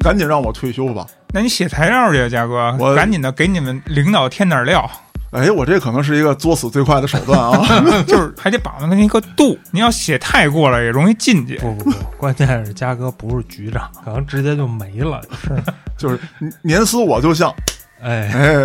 赶紧让我退休吧。 那你写材料去啊，嘉哥，赶紧的给你们领导添点料。 哎，我这可能是一个作死最快的手段啊， 就是还得把握那个度。你要写太过了，也容易进去。 不，关键是嘉哥不是局长，可能直接就没了。 就是年思我就像， 哎。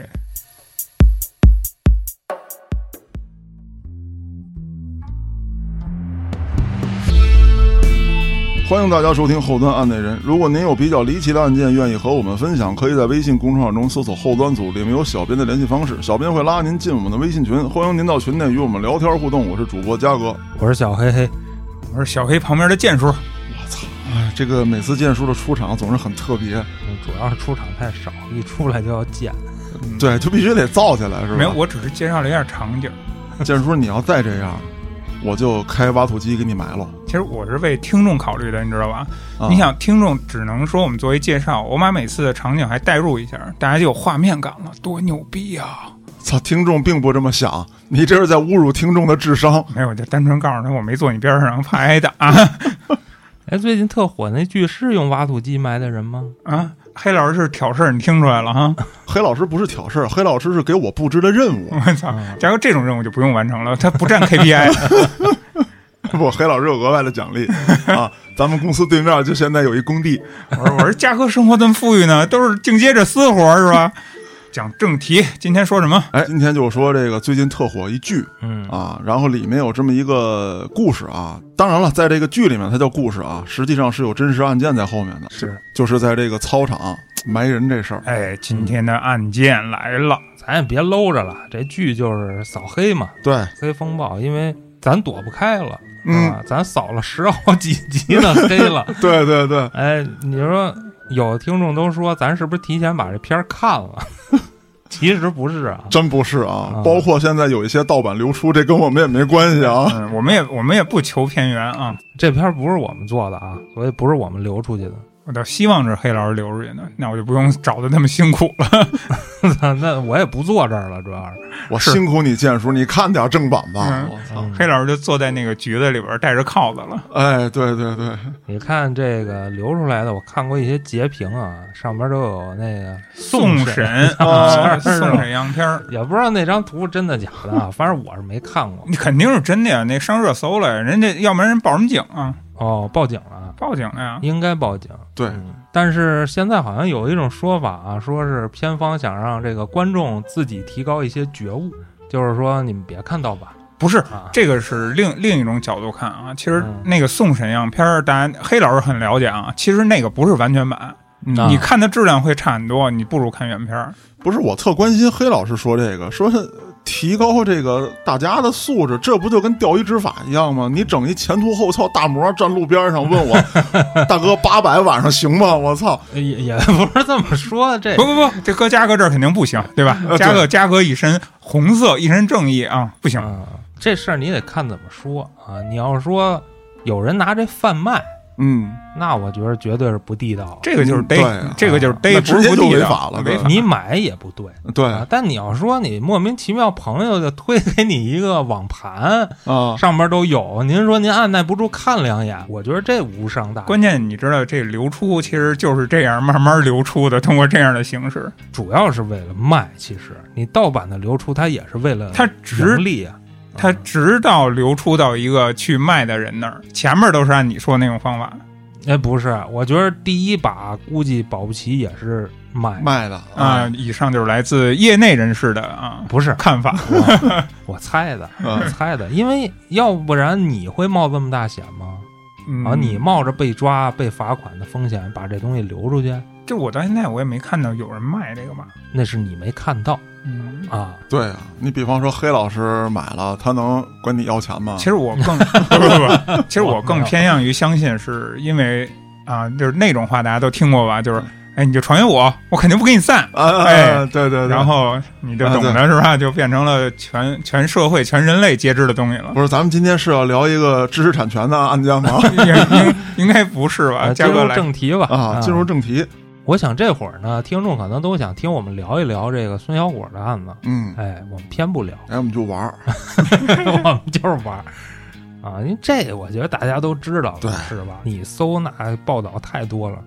欢迎大家收听后端案内人。如果您有比较离奇的案件愿意和我们分享，可以在微信公众号中搜索后端组，里面有小编的联系方式，小编会拉您进我们的微信群，欢迎您到群内与我们聊天互动。我是主播嘉哥， 我是小黑黑， 我是小黑旁边的剑叔。 我操，这个每次剑叔的出场总是很特别， 主要是出场太少，一出来就要剑， 对，就必须得造起来，是吧？ 没有，我只是介绍了一下场景。 剑叔，你要再这样，我就开挖土机给你埋了。 其实我是为听众考虑的，你知道吧？你想，听众只能说我们作为介绍，我把每次的场景还代入一下，大家就有画面感了，多牛逼啊！ 操，听众并不这么想，你这是在侮辱听众的智商。 没有，我就单纯告诉他我没坐你边上，怕挨打。 哎，最近特火那剧是用挖土机埋的人吗？ 啊，黑老师是挑事儿，你听出来了哈？ 黑老师不是挑事儿，黑老师是给我布置的任务。 我操，假如这种任务就不用完成了，他不占 KPI。 不，黑老师有额外的奖励啊！咱们公司对面就现在有一工地。 我说嘉哥生活这么富裕呢，都是净接着私活是吧？讲正题，今天说什么？ 哎，今天就说这个最近特火一剧，然后里面有这么一个故事啊。当然了，在这个剧里面它叫故事啊，实际上是有真实案件在后面的，就是在这个操场埋人这事儿。 哎，今天的案件来了， 咱也别搂着了，这剧就是扫黑嘛， 对， 黑风暴，因为咱躲不开了。咱扫了10好几集的黑了。 对对对， 哎，你说有的听众都说咱是不是提前把这片看了？其实不是啊， 真不是啊。包括现在有一些盗版流出，这跟我们也没关系啊。 我们也不求偏缘啊。 这片不是我们做的啊，所以不是我们流出去的。 我倒希望是黑老师流出去呢，那我就不用找的那么辛苦了。 那我也不坐这儿了，主要是我辛苦你剑叔，你看点正版吧。我操， 黑老师就坐在那个局子里边带着铐子了。 哎，对对对， 你看这个流出来的，我看过一些截屏啊，上面都有那个送审啊，送审样片， 也不知道那张图真的假的啊，反正我是没看过。 你肯定是真的呀，那上热搜了，人家要不然人报什么警啊？ 哦，报警了， 报警了呀， 应该报警。 对， 但是现在好像有一种说法啊，说是片方想让这个观众自己提高一些觉悟，就是说你们别看盗版。 不是，这个是另一种角度看啊。其实那个送审样片，当然黑老师很了解啊。其实那个不是完全版，你看的质量会差很多，你不如看原片。 不是，我特关心黑老师说这个，说提高这个大家的素质，这不就跟钓鱼执法一样吗？你整一前凸后翘大模站路边上问我大哥800晚上行吗？我操， 也不是这么说。这不，这搁嘉哥这儿肯定不行，对吧？嘉哥一身红色，一身正义啊，不行。 这事儿你得看怎么说啊。你要说有人拿这贩卖，那我觉得绝对是不地道。 这个就是逮，这个就是逮， 直接就违法了。 你买也不对， 对。 但你要说你莫名其妙朋友就推给你一个网盘啊， 上面都有，您说您按耐不住看2眼，我觉得这无伤大雅。 关键你知道这流出其实就是这样慢慢流出的，通过这样的形式， 主要是为了卖。其实你盗版的流出，它也是为了盈利啊。 他直到流出到一个去卖的人那儿，前面都是按你说那种方法。 哎，不是，我觉得第一把估计保不齐也是卖的啊。以上就是来自业内人士的啊， 不是看法， 我猜的，因为要不然你会冒这么大险吗？你冒着被抓、被罚款的风险把这东西流出去？ 就我到现在我也没看到有人卖这个吧？ 那是你没看到。 对啊，你比方说黑老师买了，他能管你要钱吗？ 其实我更其实我更偏向于相信，是因为就是那种话大家都听过吧？就是哎，你就传给我肯定不给你散。哎， 对， 然后你就懂的是吧？就变成了全社会、全人类皆知的东西了。 不是，咱们今天是要聊一个知识产权的案件吗？ 应该不是吧？ 进入正题吧。 进入正题。 我想这会儿呢，听众可能都想听我们聊一聊这个孙小果的案子。我们偏不聊， 我们就玩我们就是玩因为这我觉得大家都知道， 对， 是吧？你搜那报道太多了。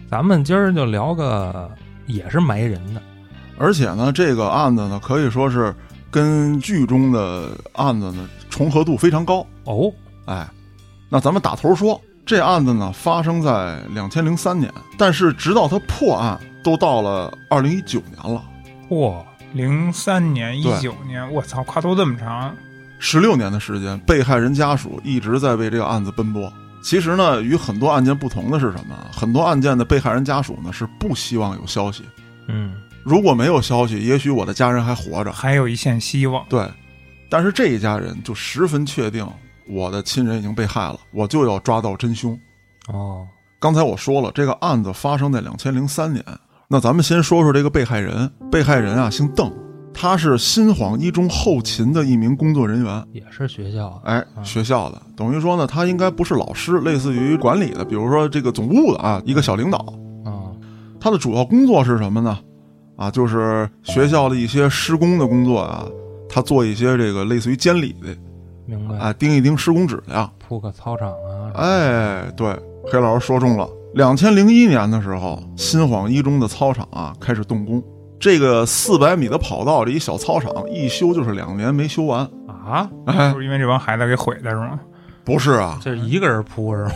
咱们今儿就聊个也是埋人的， 而且呢，这个案子呢可以说是跟剧中的案子呢重合度非常高哦。 哎，那咱们打头说，这案子呢发生在2003年，但是直到它破案都到了2019年了。 嚯 ，03年、19年，我操，跨度这么长 ，16年的时间，被害人家属一直在为这个案子奔波。其实呢，与很多案件不同的是什么？很多案件的被害人家属呢是不希望有消息。如果没有消息，也许我的家人还活着， 还有一线希望。 对，但是这一家人就十分确定我的亲人已经被害了，我就要抓到真凶。 哦， 刚才我说了，这个案子发生在2003年。那咱们先说说这个被害人。被害人啊，姓邓，他是新晃一中后勤的一名工作人员， 也是学校的。 哎，学校的，等于说呢，他应该不是老师，类似于管理的，比如说这个总务的啊，一个小领导。他的主要工作是什么呢？啊，就是学校的一些施工的工作啊，他做一些这个类似于监理的。 明白。 啊，盯一盯施工质量， 铺个操场啊。 哎，对，黑老师说中了。2001年的时候，新晃一中的操场啊开始动工。这个400米的跑道这一小操场一修就是2年没修完啊！ 哎， 就是因为这帮孩子给毁的是吗？ 不是啊， 这是一个人铺是吗？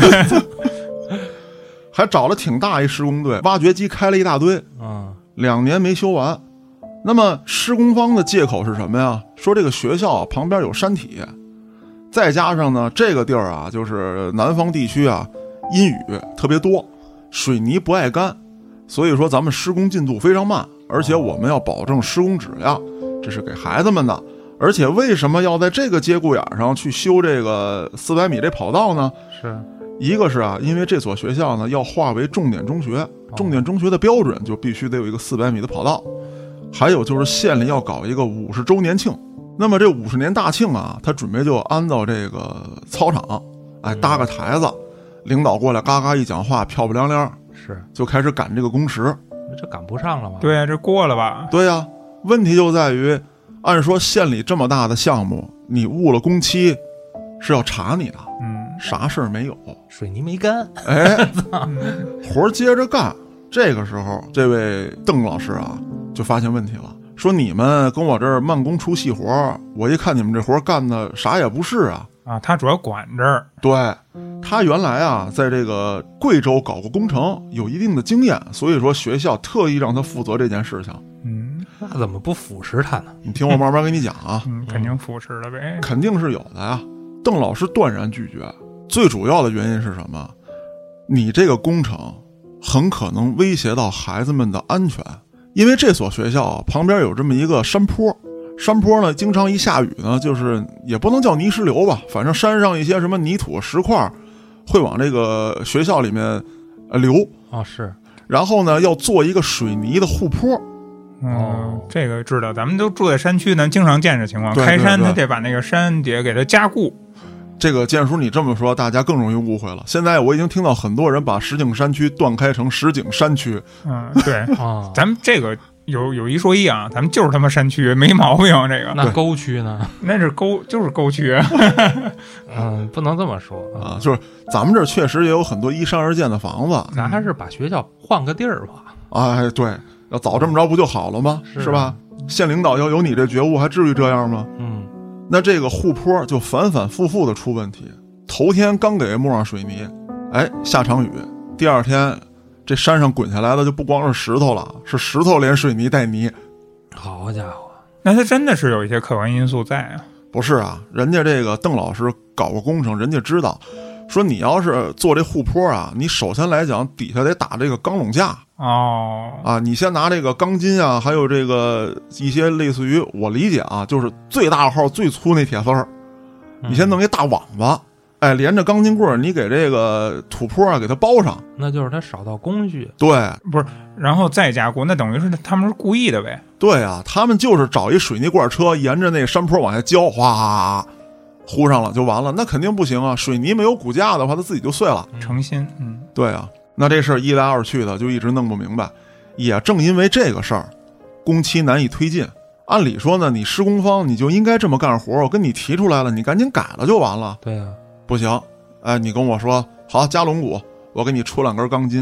还找了挺大一施工队，挖掘机开了一大堆，2年没修完。那么施工方的借口是什么呀？说这个学校旁边有山体，再加上呢这个地儿啊，就是南方地区啊，阴雨特别多，水泥不爱干，所以说咱们施工进度非常慢，而且我们要保证施工质量，这是给孩子们的。而且为什么要在这个节骨眼上去修这个400米这跑道呢？ 是一个是啊，因为这所学校呢要划为重点中学，重点中学的标准就必须得有一个400米的跑道。还有就是县里要搞一个50周年庆，那么这50年大庆啊，他准备就安到这个操场，哎，搭个台子，领导过来嘎嘎一讲话，漂漂亮亮， 是就开始赶这个工时。 这赶不上了吗？ 对啊，这过了吧？ 对啊，问题就在于，按说县里这么大的项目，你误了工期是要查你的，啥事儿没有， 水泥没干， 哎，活接着干。这个时候，这位邓老师啊，就发现问题了，说你们跟我这儿慢工出细活，我一看你们这活干的啥也不是啊。 啊，他主要管这儿。 对，他原来啊，在这个贵州搞过工程，有一定的经验，所以说学校特意让他负责这件事情。 那怎么不腐蚀他呢？ 你听我慢慢跟你讲啊。 肯定腐蚀了呗。 肯定是有的呀。邓老师断然拒绝，最主要的原因是什么？你这个工程很可能威胁到孩子们的安全，因为这所学校旁边有这么一个山坡，山坡呢经常一下雨呢，就是也不能叫泥石流吧，反正山上一些什么泥土石块会往这个学校里面流啊，是。 然后呢要做一个水泥的护坡。 这个知道，咱们都住在山区，咱经常见这情况。开山他得把那个山得给它加固。 这个建叔你这么说，大家更容易误会了。现在我已经听到很多人把石景山区断开成石景山区。 对咱们这个有一说一啊，咱们就是他妈山区，没毛病。这个那沟区呢？ 那是沟，就是沟区。 不能这么说啊，就是咱们这儿确实也有很多依山而建的房子， 咱还是把学校换个地儿吧。 哎，对，要早这么着不就好了吗？是吧？县领导要有你这觉悟，还至于这样吗？那这个护坡就反反复复的出问题。头天刚给抹上水泥，哎，下场雨，第二天这山上滚下来的就不光是石头了，是石头连水泥带泥。 好家伙， 那他真的是有一些客观因素在啊。 不是啊，人家这个邓老师搞过工程，人家知道，说你要是做这护坡啊，你首先来讲底下得打这个钢垄架。你先拿这个钢筋啊，还有这个一些类似于我理解啊，就是最大号最粗那铁丝儿，你先弄一大网子，哎，连着钢筋棍儿，你给这个土坡啊给它包上， 那就是他少道工序。 对， 不是，然后再加固，那等于是他们是故意的呗。 对啊，他们就是找一水泥罐车，沿着那个山坡往下浇，哗，糊上了就完了。那肯定不行啊，水泥没有骨架的话，它自己就碎了。 诚心， 对啊。那这事儿一来二去的就一直弄不明白，也正因为这个事儿，工期难以推进。按理说呢，你施工方你就应该这么干活，我跟你提出来了，你赶紧改了就完了。 对啊， 不行，哎，你跟我说好加龙骨，我给你出2根钢筋，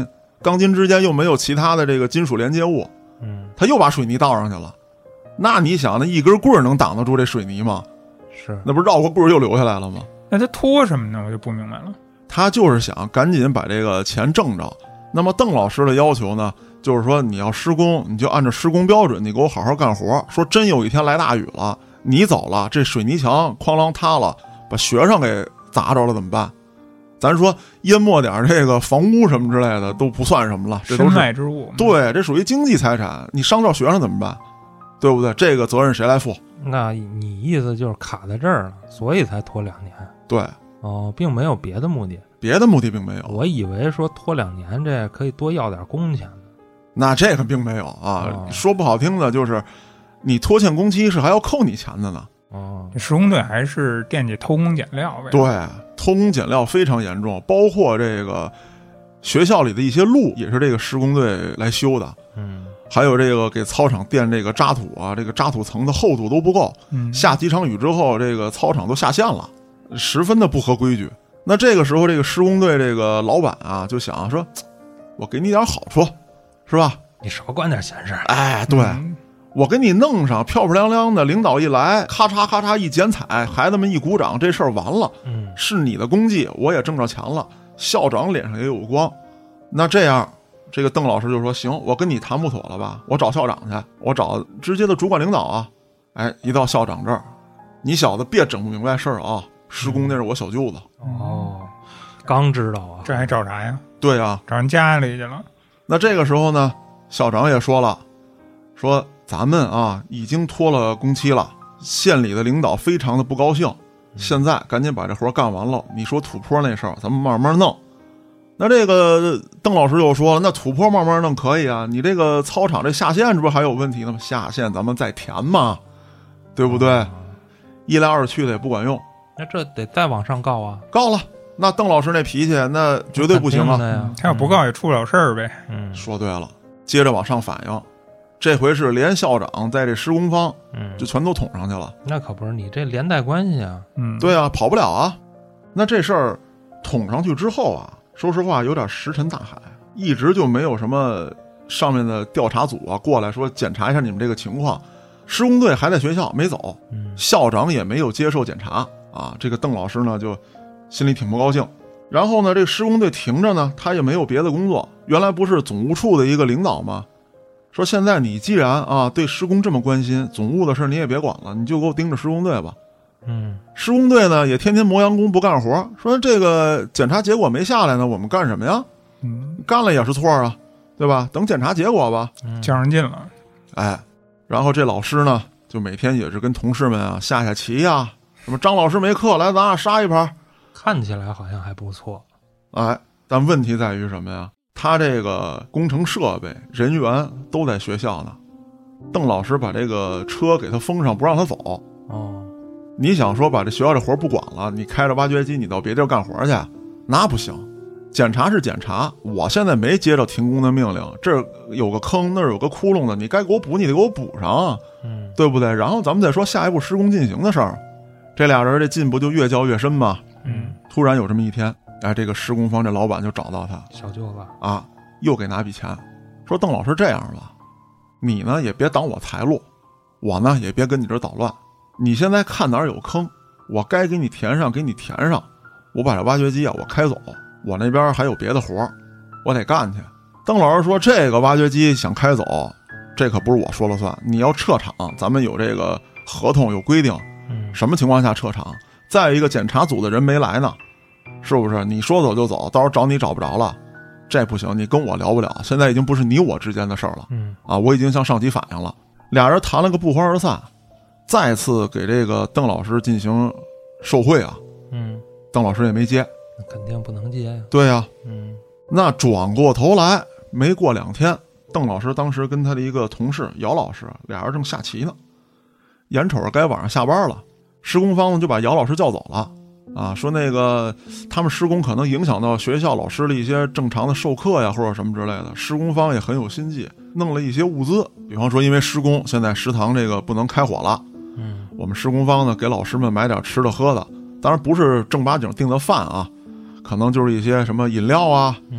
钢筋之间又没有其他的这个金属连接物，他又把水泥倒上去了。那你想，那一根棍儿能挡得住这水泥吗？ 是， 那不是绕过棍儿又流下来了吗？ 那他拖什么呢？我就不明白了。 他就是想赶紧把这个钱挣着。那么邓老师的要求呢，就是说你要施工，你就按照施工标准，你给我好好干活。说真有一天来大雨了，你走了，这水泥墙哐啷塌了，把学生给砸着了怎么办？咱说淹没点这个房屋什么之类的都不算什么了，这都是身外之物。 对，这属于经济财产，你伤着学生怎么办？对不对？这个责任谁来负？ 那你意思就是卡在这儿了，所以才拖2年。 对， 并没有别的目的。 别的目的并没有。 我以为说拖2年这可以多要点工钱呢。 那这个并没有啊，说不好听的就是你拖欠工期是还要扣你钱的呢。 这施工队还是惦记偷工减料呗。 对，偷工减料非常严重，包括这个学校里的一些路也是这个施工队来修的。还有这个给操场垫这个渣土啊，这个渣土层的厚度都不够，下几场雨之后，这个操场都下线了，十分的不合规矩。那这个时候，这个施工队这个老板啊，就想说，我给你点好处，是吧？ 你少管点闲事。 哎，对，我给你弄上漂漂亮亮的，领导一来，咔嚓咔嚓一剪彩，孩子们一鼓掌，这事儿完了。是你的功绩，我也挣着钱了，校长脸上也有光。那这样。这个邓老师就说行，我跟你谈不妥了吧，我找校长去，我找直接的主管领导啊。哎，一到校长这儿，你小子别整不明白事儿啊，施工那是我小舅子。 刚知道啊， 这还找啥呀？ 对啊， 找人家里去了。 那这个时候呢，校长也说了，说咱们啊已经拖了工期了，县里的领导非常的不高兴，现在赶紧把这活干完了。你说土坡那事儿咱们慢慢弄。那这个邓老师又说了，那土坡慢慢弄可以啊，你这个操场这下线这不还有问题呢吗？下线咱们再填嘛，对不对？一来二去的也不管用， 那这得再往上告啊！ 告了，那邓老师那脾气那绝对不行啊！ 他要不告也出不了事儿呗。 说对了，接着往上反映，这回是连校长在这施工方，就全都捅上去了。 那可不是你这连带关系啊！ 对啊，跑不了啊。那这事儿捅上去之后啊。说实话有点石沉大海，一直就没有什么上面的调查组啊过来说检查一下你们这个情况。施工队还在学校没走，校长也没有接受检查啊。这个邓老师呢就心里挺不高兴。然后呢这个施工队停着呢，他也没有别的工作，原来不是总务处的一个领导吗？说现在你既然啊对施工这么关心，总务的事你也别管了，你就给我盯着施工队吧。施工队呢也天天磨洋工不干活，说这个检查结果没下来呢，我们干什么呀？干了也是错啊，对吧？等检查结果吧， 较上劲了。 哎，然后这老师呢就每天也是跟同事们啊下棋呀，什么张老师没课来咱俩杀一盘， 看起来好像还不错。 哎，但问题在于什么呀？他这个工程设备人员都在学校呢，邓老师把这个车给他封上，不让他走。你想说把这学校这活不管了，你开着挖掘机你到别地儿干活去，那不行。检查是检查，我现在没接到停工的命令，这儿有个坑那儿有个窟窿的，你该给我补你得给我补上啊，对不对？然后咱们再说下一步施工进行的事儿。这俩人这劲不就越较越深吗？突然有这么一天，哎，这个施工方这老板就找到他， 小舅子啊，又给拿笔钱，说邓老师这样吧，你呢也别挡我财路，我呢也别跟你这儿捣乱。你现在看哪儿有坑，我该给你填上给你填上，我把这挖掘机啊我开走，我那边还有别的活我得干去。邓老师说这个挖掘机想开走，这可不是我说了算，你要撤场咱们有这个合同有规定，什么情况下撤场，再一个检查组的人没来呢，是不是？你说走就走，到时候找你找不着了，这不行，你跟我聊不了，现在已经不是你我之间的事儿了，我已经向上级反映了。俩人谈了个不欢而散，再次给这个邓老师进行受贿啊，邓老师也没接， 那肯定不能接呀。 对呀，那转过头来没过2天，邓老师当时跟他的一个同事姚老师俩人正下棋呢，眼瞅着该晚上下班了，施工方呢就把姚老师叫走了啊，说那个他们施工可能影响到学校老师的一些正常的授课呀或者什么之类的，施工方也很有心计，弄了一些物资，比方说因为施工现在食堂这个不能开火了，我们施工方呢给老师们买点吃的喝的，当然不是正八经订的饭啊，可能就是一些什么饮料啊，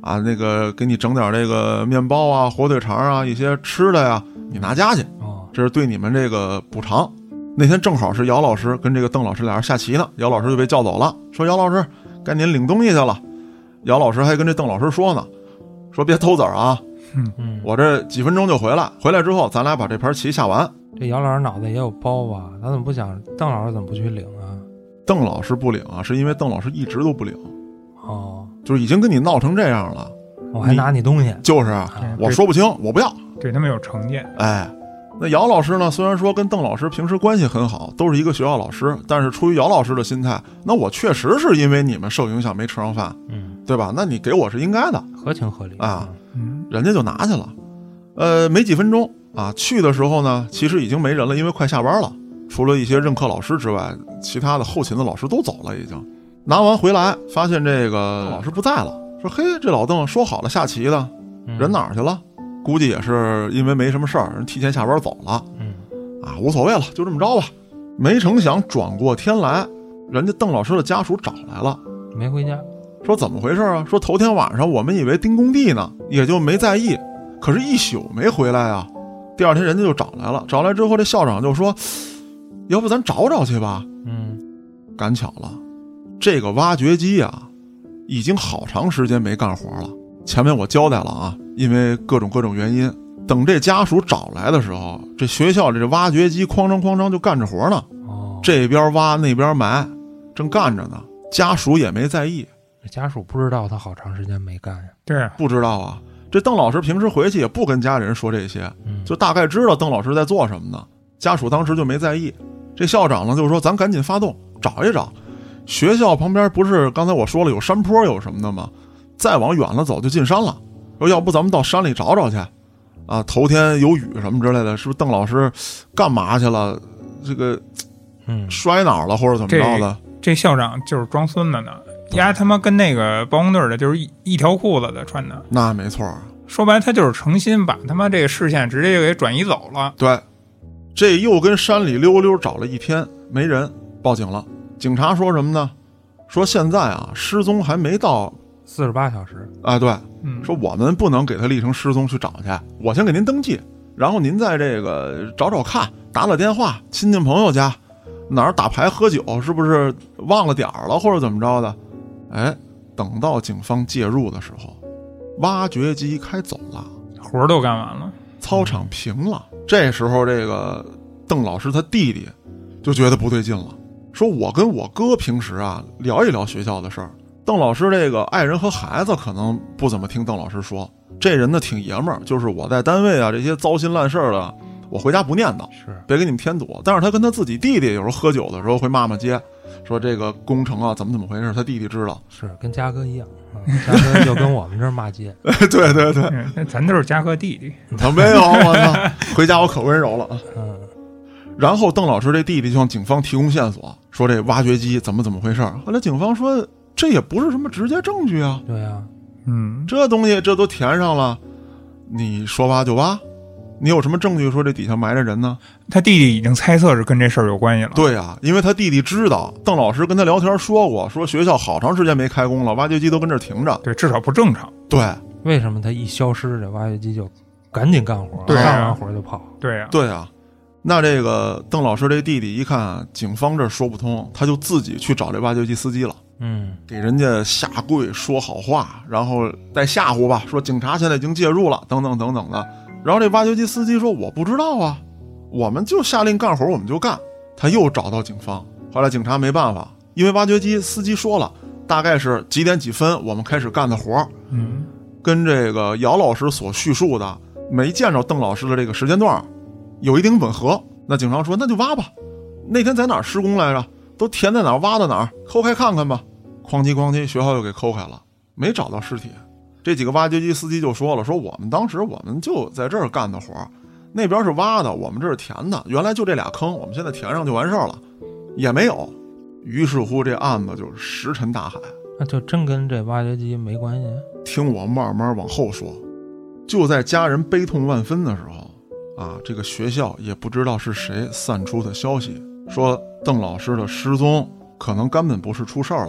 啊，那个给你整点这个面包啊、火腿肠啊，一些吃的呀，你拿家去，这是对你们这个补偿。那天正好是姚老师跟这个邓老师俩人下棋呢，姚老师就被叫走了，说姚老师该您领东西去了。姚老师还跟这邓老师说呢，说别偷子儿啊，我这几分钟就回来，回来之后咱俩把这盘棋下完。 这姚老师脑袋也有包吧？他怎么不想邓老师怎么不去领啊？ 邓老师不领啊，是因为邓老师一直都不领。就是已经跟你闹成这样了， 我还拿你东西， 就是我说不清，我不要， 对他们有成见。 那姚老师呢？虽然说跟邓老师平时关系很好，都是一个学校老师，但是出于姚老师的心态，那我确实是因为你们受影响没吃上饭，对吧？那你给我是应该的， 合情合理啊。人家就拿去了。没几分钟啊，去的时候呢，其实已经没人了，因为快下班了，除了一些任课老师之外，其他的后勤的老师都走了，已经。拿完回来，发现这个老师不在了，说嘿，这老邓说好了下棋的，人哪儿去了？估计也是因为没什么事儿，人提前下班走了。无所谓了，就这么着吧。没成想转过天来，人家邓老师的家属找来了， 没回家， 说怎么回事啊？说头天晚上我们以为盯工地呢，也就没在意，可是一宿没回来啊。第二天人家就找来了，找来之后这校长就说，要不咱找找去吧。赶巧了，这个挖掘机啊，已经好长时间没干活了。前面我交代了啊，因为各种原因，等这家属找来的时候，这学校这挖掘机哐当就干着活呢。这边挖那边埋，正干着呢。家属也没在意， 家属不知道他好长时间没干呀。 对， 不知道啊。这邓老师平时回去也不跟家里人说这些，就大概知道邓老师在做什么呢。家属当时就没在意。这校长呢就说，咱赶紧发动找一找。学校旁边不是刚才我说了有山坡有什么的吗？再往远了走就进山了。说要不咱们到山里找找去啊？头天有雨什么之类的，是不是邓老师干嘛去了？这个摔哪儿了或者怎么着的？ 这校长就是装孙子呢，丫他妈跟那个包工队的就是一条裤子的穿的。 那没错， 说白了他就是诚心把他妈这个视线直接就给转移走了。 对，这又跟山里溜找了一天没人，报警了。警察说什么呢？说现在啊失踪还没到 48小时啊。对，说我们不能给他立成失踪去找去，我先给您登记，然后您在这个找找看，打电话亲戚朋友家哪儿打牌喝酒，是不是忘了点儿了或者怎么着的。等到警方介入的时候，挖掘机开走了， 活都干完了， 操场平了。这时候这个邓老师他弟弟就觉得不对劲了，说我跟我哥平时啊聊一聊学校的事儿，邓老师这个爱人和孩子可能不怎么听邓老师说，这人呢挺爷们儿，就是我在单位啊这些糟心烂事儿的我回家不念叨， 是别给你们添堵。但是他跟他自己弟弟有时候喝酒的时候会骂街，说这个工程啊怎么回事，他弟弟知道， 是跟嘉哥一样，嘉哥就跟我们这儿骂街。 对， 咱都是嘉哥弟弟。 他没有，我操，回家我可温柔了。然后邓老师这弟弟就向警方提供线索，说这挖掘机怎么回事。后来警方说这也不是什么直接证据啊。 对啊， 这东西这都填上了，你说挖就挖，你有什么证据说这底下埋着人呢？ 他弟弟已经猜测是跟这事儿有关系了。 对啊，因为他弟弟知道邓老师跟他聊天说过，说学校好长时间没开工了，挖掘机都跟这儿停着。 对，至少不正常。 对， 为什么他一消失，这挖掘机就赶紧干活， 对啊， 干完活就跑？ 对啊。 那这个邓老师这弟弟一看警方这说不通，他就自己去找这挖掘机司机了。给人家下跪说好话，然后带吓唬吧，说警察现在已经介入了，等等的。然后这挖掘机司机说我不知道啊，我们就下令干活我们就干。他又找到警方，后来警察没办法，因为挖掘机司机说了大概是几点几分我们开始干的活，跟这个姚老师所叙述的没见着邓老师的这个时间段有一定吻合。那警察说那就挖吧，那天在哪儿施工来着，都填在哪儿挖到哪儿，抠开看看吧。哐叽学校又给抠开了，没找到尸体。这几个挖掘机司机就说了，说我们当时我们就在这儿干的活，那边是挖的，我们这是填的，原来就这俩坑，我们现在填上就完事儿了，也没有。于是乎这案子就是石沉大海。 那就真跟这挖掘机没关系？ 听我慢慢往后说。就在家人悲痛万分的时候啊，这个学校也不知道是谁散出的消息，说邓老师的失踪可能根本不是出事儿了，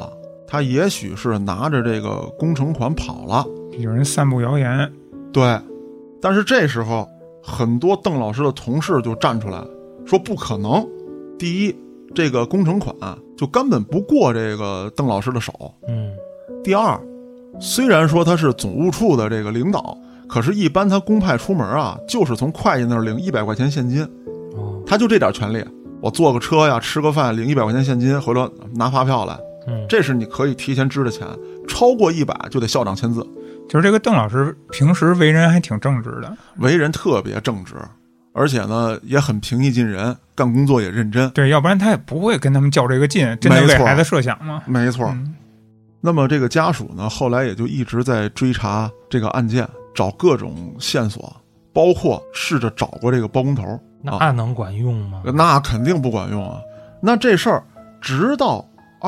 他也许是拿着这个工程款跑了， 有人散布谣言。 对，但是这时候很多邓老师的同事就站出来说不可能。第一，这个工程款就根本不过这个邓老师的手。第二，虽然说他是总务处的这个领导，可是一般他公派出门啊，就是从会计那儿领100块钱现金。他就这点权利，我坐个车呀，吃个饭，领100块钱现金，回头拿发票来。这是你可以提前支的钱，超过100就得校长签字。 就是这个邓老师平时为人还挺正直的， 为人特别正直，而且呢也很平易近人，干工作也认真。 对，要不然他也不会跟他们较这个劲，真的为孩子设想嘛。 没错。那么这个家属呢，后来也就一直在追查这个案件，找各种线索，包括试着找过这个包工头。 那能管用吗？ 那肯定不管用啊。那这事儿直到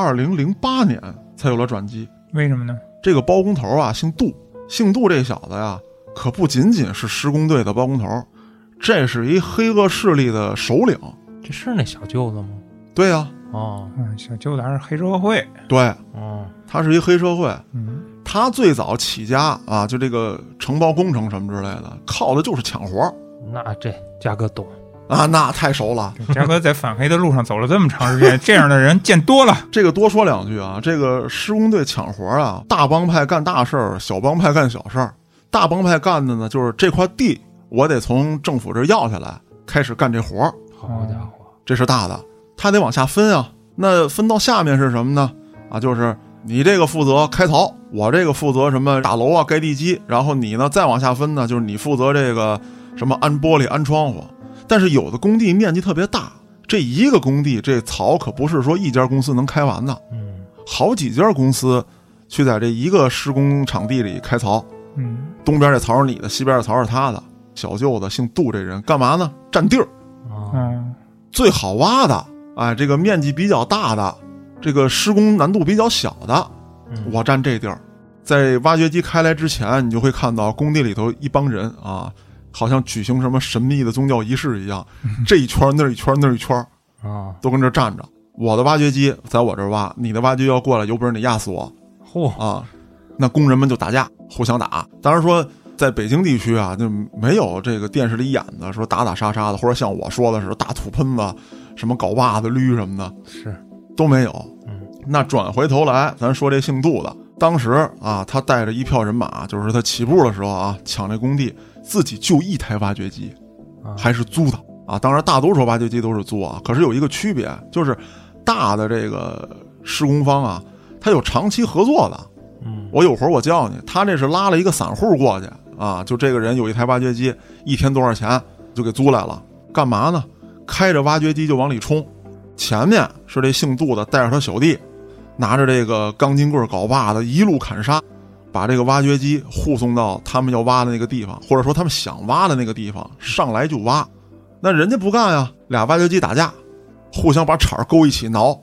2008年才有了转机。 为什么呢？ 这个包工头啊姓杜，姓杜这小子呀可不仅仅是施工队的包工头，这是一黑恶势力的首领。 这是那小舅子吗？ 对呀。 小舅子还是黑社会。 对。他是一黑社会。他最早起家啊，就这个承包工程什么之类的，靠的就是抢活。 那这嘉哥懂啊，那太熟了。 嘉哥在反黑的路上走了这么长时间，这样的人见多了。 这个多说两句啊，这个施工队抢活啊，大帮派干大事儿，小帮派干小事儿。大帮派干的呢，就是这块地我得从政府这要下来，开始干这活。 好家伙， 这是大的，他得往下分啊。那分到下面是什么呢？啊，就是你这个负责开槽，我这个负责什么打楼啊、盖地基，然后你呢再往下分呢，就是你负责这个什么安玻璃、安窗户。但是有的工地面积特别大，这一个工地这槽可不是说一家公司能开完的，好几家公司去在这一个施工场地里开槽。东边这槽是你的，西边这槽是他的。小舅子姓杜，这人干嘛呢？占地儿。最好挖的，哎，这个面积比较大的，这个施工难度比较小的，我占这地儿。在挖掘机开来之前，你就会看到工地里头一帮人啊，好像举行什么神秘的宗教仪式一样，这一圈那一圈那一圈啊，都跟这站着。我的挖掘机在我这挖，你的挖掘机要过来，有本事你压死我！啊，那工人们就打架，互相打。当然说，在北京地区啊，就没有这个电视里演的说打打杀杀的，或者像我说的是大土喷子、什么镐把子、驴什么的， 是都没有。那转回头来，咱说这姓杜的，当时啊，他带着一票人马，就是他起步的时候啊，抢这工地，自己就一台挖掘机，还是租的啊。当然，大多数挖掘机都是租啊，可是有一个区别，就是大的这个施工方啊，他有长期合作的。我有活我叫你，他这是拉了一个散户过去啊，就这个人有一台挖掘机，一天多少钱就给租来了，干嘛呢？开着挖掘机就往里冲，前面是这姓杜的带着他小弟，拿着这个钢筋棍镐把的一路砍杀，把这个挖掘机护送到他们要挖的那个地方，或者说他们想挖的那个地方，上来就挖。那人家不干呀，俩挖掘机打架，互相把铲勾一起挠。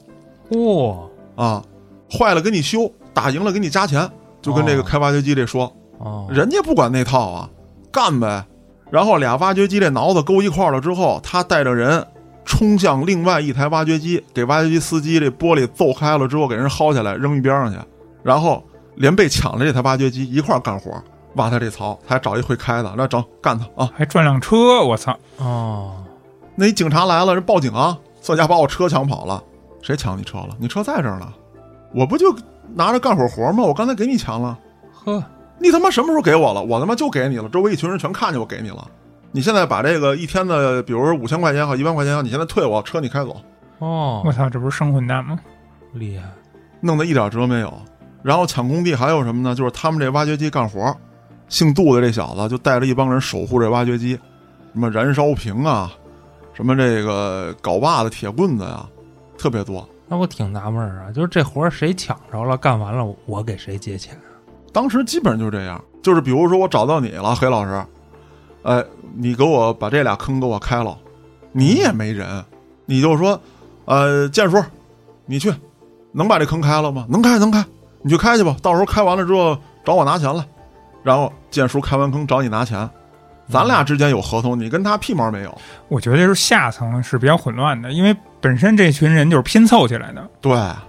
坏了给你修，打赢了给你加钱，就跟这个开挖掘机这说。人家不管那套啊，干呗。然后俩挖掘机这挠子勾一块了之后，他带着人冲向另外一台挖掘机，给挖掘机司机这玻璃揍开了之后，给人薅下来扔一边上去，然后连被抢的这台挖掘机一块干活，挖他这槽，他还找一会开的，那整干他啊， 还转辆车，我操！ 那警察来了，人报警啊，这家把我车抢跑了。谁抢你车了？你车在这儿呢，我不就拿着干会活吗？我刚才给你抢了。你他妈什么时候给我了？我他妈就给你了，周围一群人全看见我给你了。你现在把这个一天的，比如说5000块钱和1万块钱，你现在退我车，你开走。 我操，这不是生混蛋吗？ 厉害， 弄得一点辙没有。然后抢工地还有什么呢？就是他们这挖掘机干活，姓杜的这小子就带着一帮人守护这挖掘机，什么燃烧瓶啊，什么这个镐把子、铁棍子呀，特别多。 那我挺纳闷啊，就是这活谁抢着了，干完了我给谁结钱啊？ 当时基本上就这样，就是比如说我找到你了，黑老师，你给我把这俩坑给我开了，你也没人，你就说，建叔，你去，能把这坑开了吗？能开，你去开去吧，到时候开完了之后找我拿钱来，然后建叔开完坑找你拿钱，咱俩之间有合同，你跟他屁毛没有。 我觉得就是下层是比较混乱的，因为本身这群人就是拼凑起来的。 对，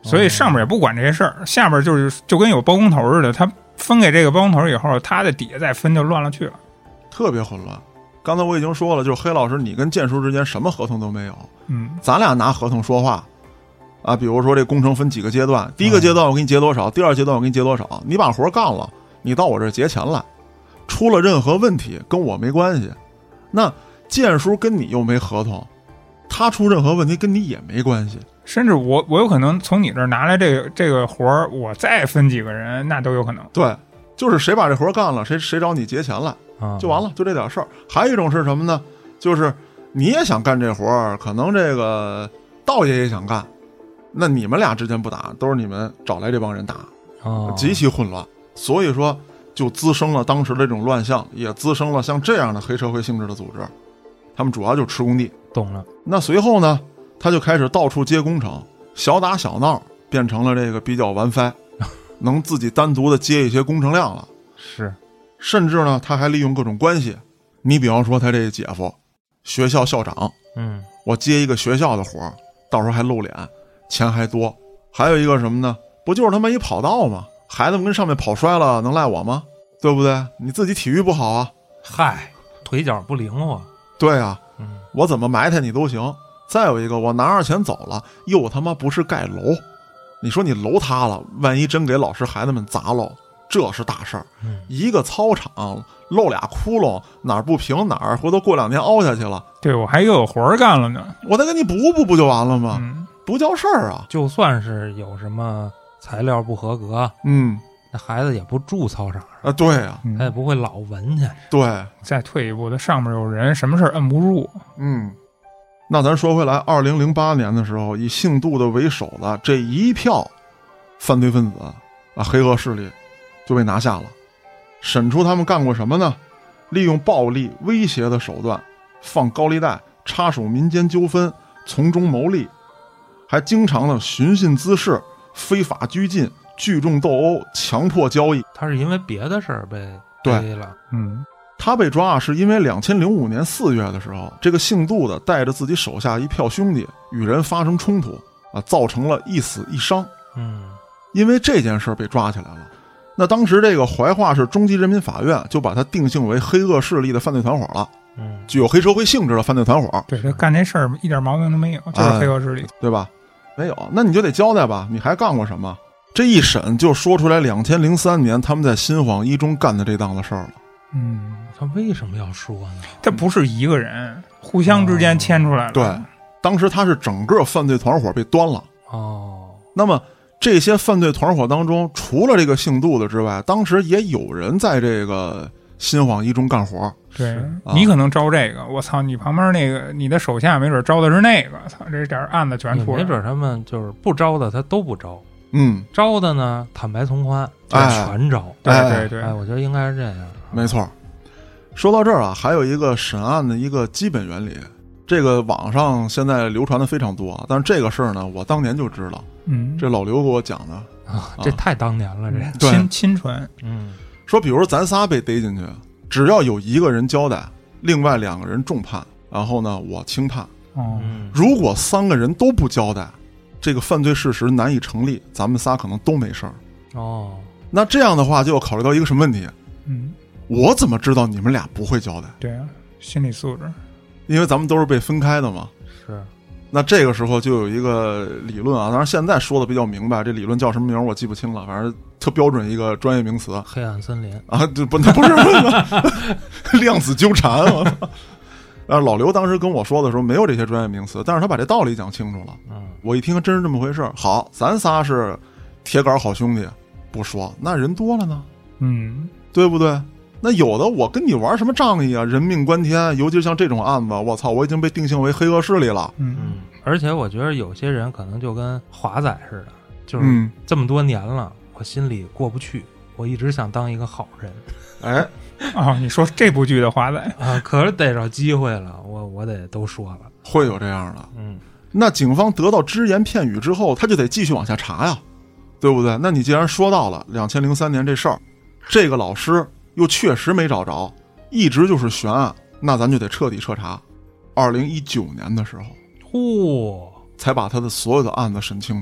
所以上面也不管这些事儿，下边就跟有包工头似的，他分给这个包工头以后，他的底下再分就乱了去了， 特别混乱。刚才我已经说了，就是黑老师，你跟建叔之间什么合同都没有，咱俩拿合同说话啊。比如说这工程分几个阶段，第一个阶段我给你结多少，第二阶段我给你结多少，你把活干了，你到我这儿结钱来，出了任何问题跟我没关系。那建叔跟你又没合同，他出任何问题跟你也没关系。 甚至我有可能从你这儿拿来这个活儿，我再分几个人，那都有可能。 对，就是谁把这活干了，谁找你结钱来，就完了，就这点事儿。还有一种是什么呢？就是你也想干这活儿，可能这个道爷也想干，那你们俩之间不打，都是你们找来这帮人打，极其混乱。所以说，就滋生了当时的这种乱象，也滋生了像这样的黑社会性质的组织。他们主要就吃工地。 懂了。 那随后呢？他就开始到处接工程，小打小闹变成了这个比较完飞，能自己单独的接一些工程量了。 是， 甚至呢，他还利用各种关系。你比方说他这姐夫，学校校长，我接一个学校的活，到时候还露脸，钱还多。还有一个什么呢？不就是他妈一跑道吗？孩子们跟上面跑摔了，能赖我吗？对不对？你自己体育不好啊， 嗨，腿脚不灵活。 对啊，我怎么埋汰你都行。再有一个，我拿着钱走了，又他妈不是盖楼，你说你楼塌了，万一真给老师孩子们砸喽，这是大事儿。一个操场漏俩窟窿，哪儿不平哪儿，回头过2年凹下去了， 对，我还又有活儿干了呢， 我再给你补不就完了吗？不叫事儿啊。 就算是有什么材料不合格，那孩子也不住操场上啊，对啊， 他也不会老闻去。 对， 再退一步，他上面有人，什么事儿摁不住。 那咱说回来，2008年的时候，以姓杜的为首的这一票犯罪分子啊，黑恶势力就被拿下了。审出他们干过什么呢？利用暴力威胁的手段，放高利贷，插手民间纠纷，从中牟利，还经常的寻衅滋事，非法拘禁，聚众斗殴，强迫交易。 他是因为别的事儿被逮了。 他被抓是因为2005年4月的时候，这个姓杜的带着自己手下一票兄弟与人发生冲突啊，造成了1死1伤。因为这件事被抓起来了。那当时这个怀化市中级人民法院就把他定性为黑恶势力的犯罪团伙了，具有黑社会性质的犯罪团伙。 对，他干这事儿一点毛病都没有，就是黑恶势力， 对吧？没有，那你就得交代吧，你还干过什么？这一审就说出来2003年他们在新晃一中干的这档子事儿了。 他为什么要说呢？ 他不是一个人，互相之间牵出来了。 对，当时他是整个犯罪团伙被端了。那么这些犯罪团伙当中，除了这个姓杜的之外，当时也有人在这个新晃一中干活。 对，你可能招这个，我操，你旁边那个你的手下没准招的是那个，操，这点案子全出来了。 没准他们就是不招的他都不招。招的呢坦白从宽，全招。 对， 我觉得应该是这样。 没错。说到这儿啊，还有一个审案的一个基本原理，这个网上现在流传的非常多，但是这个事儿呢，我当年就知道。这老刘给我讲的这太当年了， 这亲传。 说比如咱仨被逮进去，只要有一个人交代，另外2个人重判，然后呢我轻判。如果3个人都不交代，这个犯罪事实难以成立，咱们仨可能都没事儿。那这样的话就要考虑到一个什么问题？我怎么知道你们俩不会交代？ 对啊，心理素质。 因为咱们都是被分开的嘛。 是。 那这个时候就有一个理论啊，当然现在说的比较明白，这理论叫什么名我记不清了，反正特标准一个专业名词。 黑暗森林啊，这不是量子纠缠。老刘当时跟我说的时候没有这些专业名词，但是他把这道理讲清楚了。我一听真是这么回事。好，咱仨是铁杆好兄弟，不说那人多了呢，对不对？那有的我跟你玩什么仗义啊，人命关天，尤其像这种案子，我操，我已经被定性为黑恶势力了。 而且我觉得有些人可能就跟华仔似的，就是这么多年了，我心里过不去，我一直想当一个好人。 你说这部剧的华仔啊，可是逮着机会了，我得都说了， 会有这样的。那警方得到只言片语之后，他就得继续往下查呀，对不对？那你既然说到了2003年这事儿，这个老师又确实没找着，一直就是悬案，那咱就得彻底彻查。2019年的时候， 才把他的所有的案子审清楚。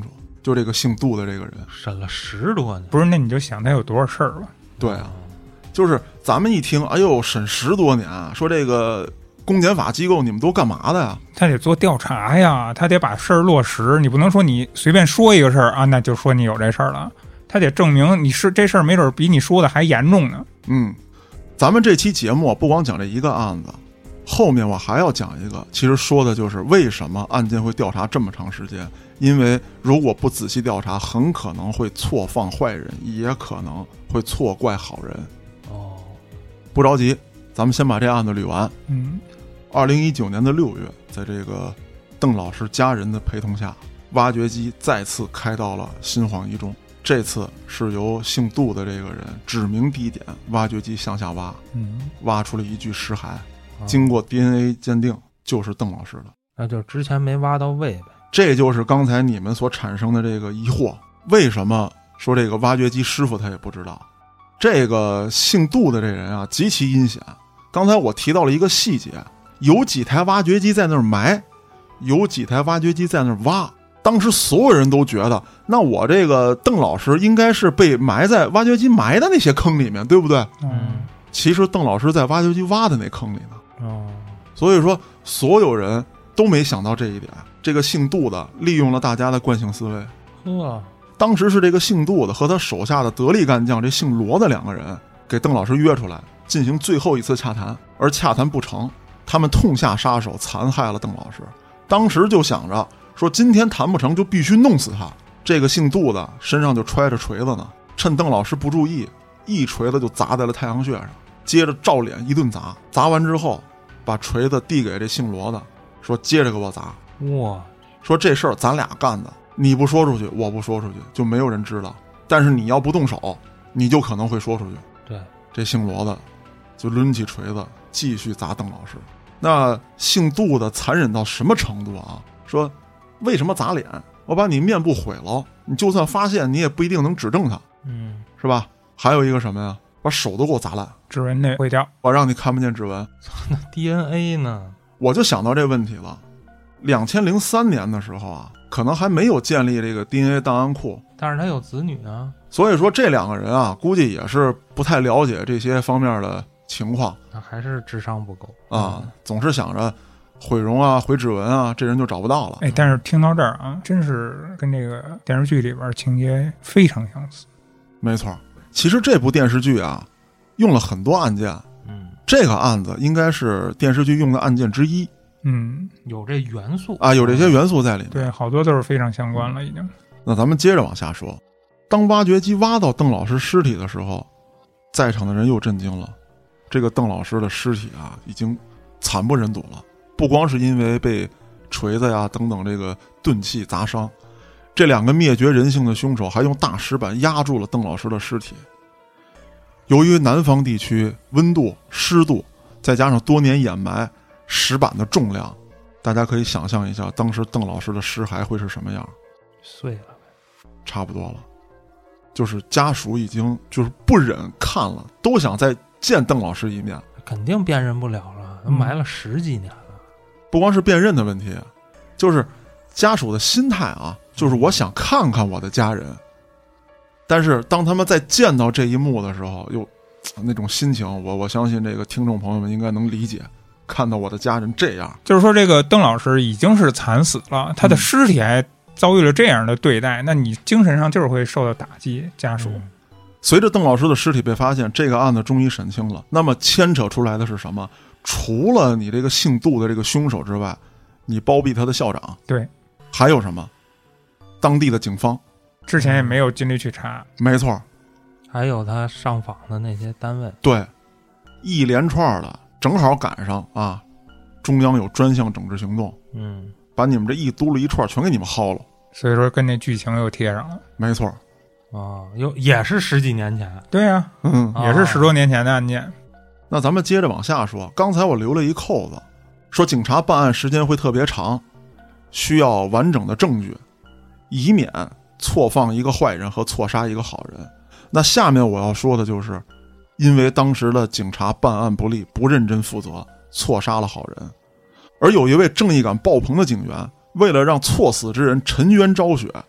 就这个姓杜的这个人审了10多年。 不是，那你就想他有多少事儿吧？ 对啊，就是咱们一听，哎呦，审10多年，说这个公检法机构你们都干嘛的呀？ 他得做调查呀，他得把事儿落实，你不能说你随便说一个事儿啊，那就说你有这事儿了。他得证明你是这事儿没准比你说的还严重呢。 咱们这期节目不光讲这一个案子，后面我还要讲一个，其实说的就是为什么案件会调查这么长时间，因为如果不仔细调查，很可能会错放坏人，也可能会错怪好人。不着急，咱们先把这案子捋完。2019年的6月，在这个邓老师家人的陪同下，挖掘机再次开到了新晃一中。这次是由姓杜的这个人指明地点，挖掘机向下挖，挖出了一具尸骸，经过 DNA 鉴定就是邓老师的。 那就之前没挖到位呗。 这就是刚才你们所产生的这个疑惑，为什么说这个挖掘机师傅他也不知道？这个姓杜的这人啊，极其阴险。刚才我提到了一个细节，有几台挖掘机在那儿埋，有几台挖掘机在那儿挖。当时所有人都觉得，那我这个邓老师应该是被埋在挖掘机埋的那些坑里面，对不对？其实邓老师在挖掘机挖的那坑里呢。所以说所有人都没想到这一点。这个姓杜的利用了大家的惯性思维。当时是这个姓杜的和他手下的得力干将这姓罗的2个人给邓老师约出来进行最后一次洽谈，而洽谈不成，他们痛下杀手，残害了邓老师。当时就想着说今天谈不成就必须弄死他。这个姓杜的身上就揣着锤子呢，趁邓老师不注意，一锤子就砸在了太阳穴上，接着照脸一顿砸。砸完之后把锤子递给这姓罗的，说接着给我砸。说这事儿咱俩干的，你不说出去我不说出去就没有人知道，但是你要不动手你就可能会说出去。 对， 这姓罗的就抡起锤子继续砸邓老师。那姓杜的残忍到什么程度啊？说为什么砸脸？我把你面部毁了，你就算发现你也不一定能指证他，是吧？还有一个什么呀？把手都给我砸烂， 指纹得毁掉， 我让你看不见指纹。 那 DNA 呢？ 我就想到这问题了。2003年的时候啊，可能还没有建立这个 DNA 档案库， 但是他有子女啊， 所以说这2个人啊，估计也是不太了解这些方面的情况， 那还是智商不够啊，总是想着毁容啊、毁指纹啊，这人就找不到了。 但是听到这儿啊，真是跟这个电视剧里边情节非常相似。 没错，其实这部电视剧啊，用了很多案件，这个案子应该是电视剧用的案件之一。 有这元素啊，有这些元素在里面。 对，好多都是非常相关了已经。 那咱们接着往下说，当挖掘机挖到邓老师尸体的时候，在场的人又震惊了。这个邓老师的尸体啊，已经惨不忍睹了，不光是因为被锤子呀等等这个钝器砸伤，这2个灭绝人性的凶手还用大石板压住了邓老师的尸体。由于南方地区温度、湿度，再加上多年掩埋，石板的重量，大家可以想象一下当时邓老师的尸骸会是什么样。 碎了呗， 差不多了。就是家属已经就是不忍看了，都想再见邓老师一面。 肯定辨认不了了，埋了10几年了。 不光是辨认的问题，就是家属的心态啊，就是我想看看我的家人，但是当他们在见到这一幕的时候，又那种心情，我相信这个听众朋友们应该能理解。看到我的家人这样， 就是说这个邓老师已经是惨死了，他的尸体还遭遇了这样的对待，那你精神上就是会受到打击。家属随着邓老师的尸体被发现，这个案子终于审清了。那么牵扯出来的是什么？除了你这个姓杜的这个凶手之外，你包庇他的校长， 对， 还有什么？当地的警方之前也没有尽力去查， 没错， 还有他上访的那些单位， 对，一连串的，正好赶上啊，中央有专项整治行动，把你们这一嘟噜一串全给你们薅了， 所以说跟那剧情又贴上了。 没错， 也是10几年前， 对啊，也是10多年前的案件。 那咱们接着往下说，刚才我留了一扣子，说警察办案时间会特别长，需要完整的证据，以免错放一个坏人和错杀一个好人。那下面我要说的就是，因为当时的警察办案不力，不认真负责，错杀了好人。而有一位正义感爆棚的警员，为了让错死之人沉冤昭雪，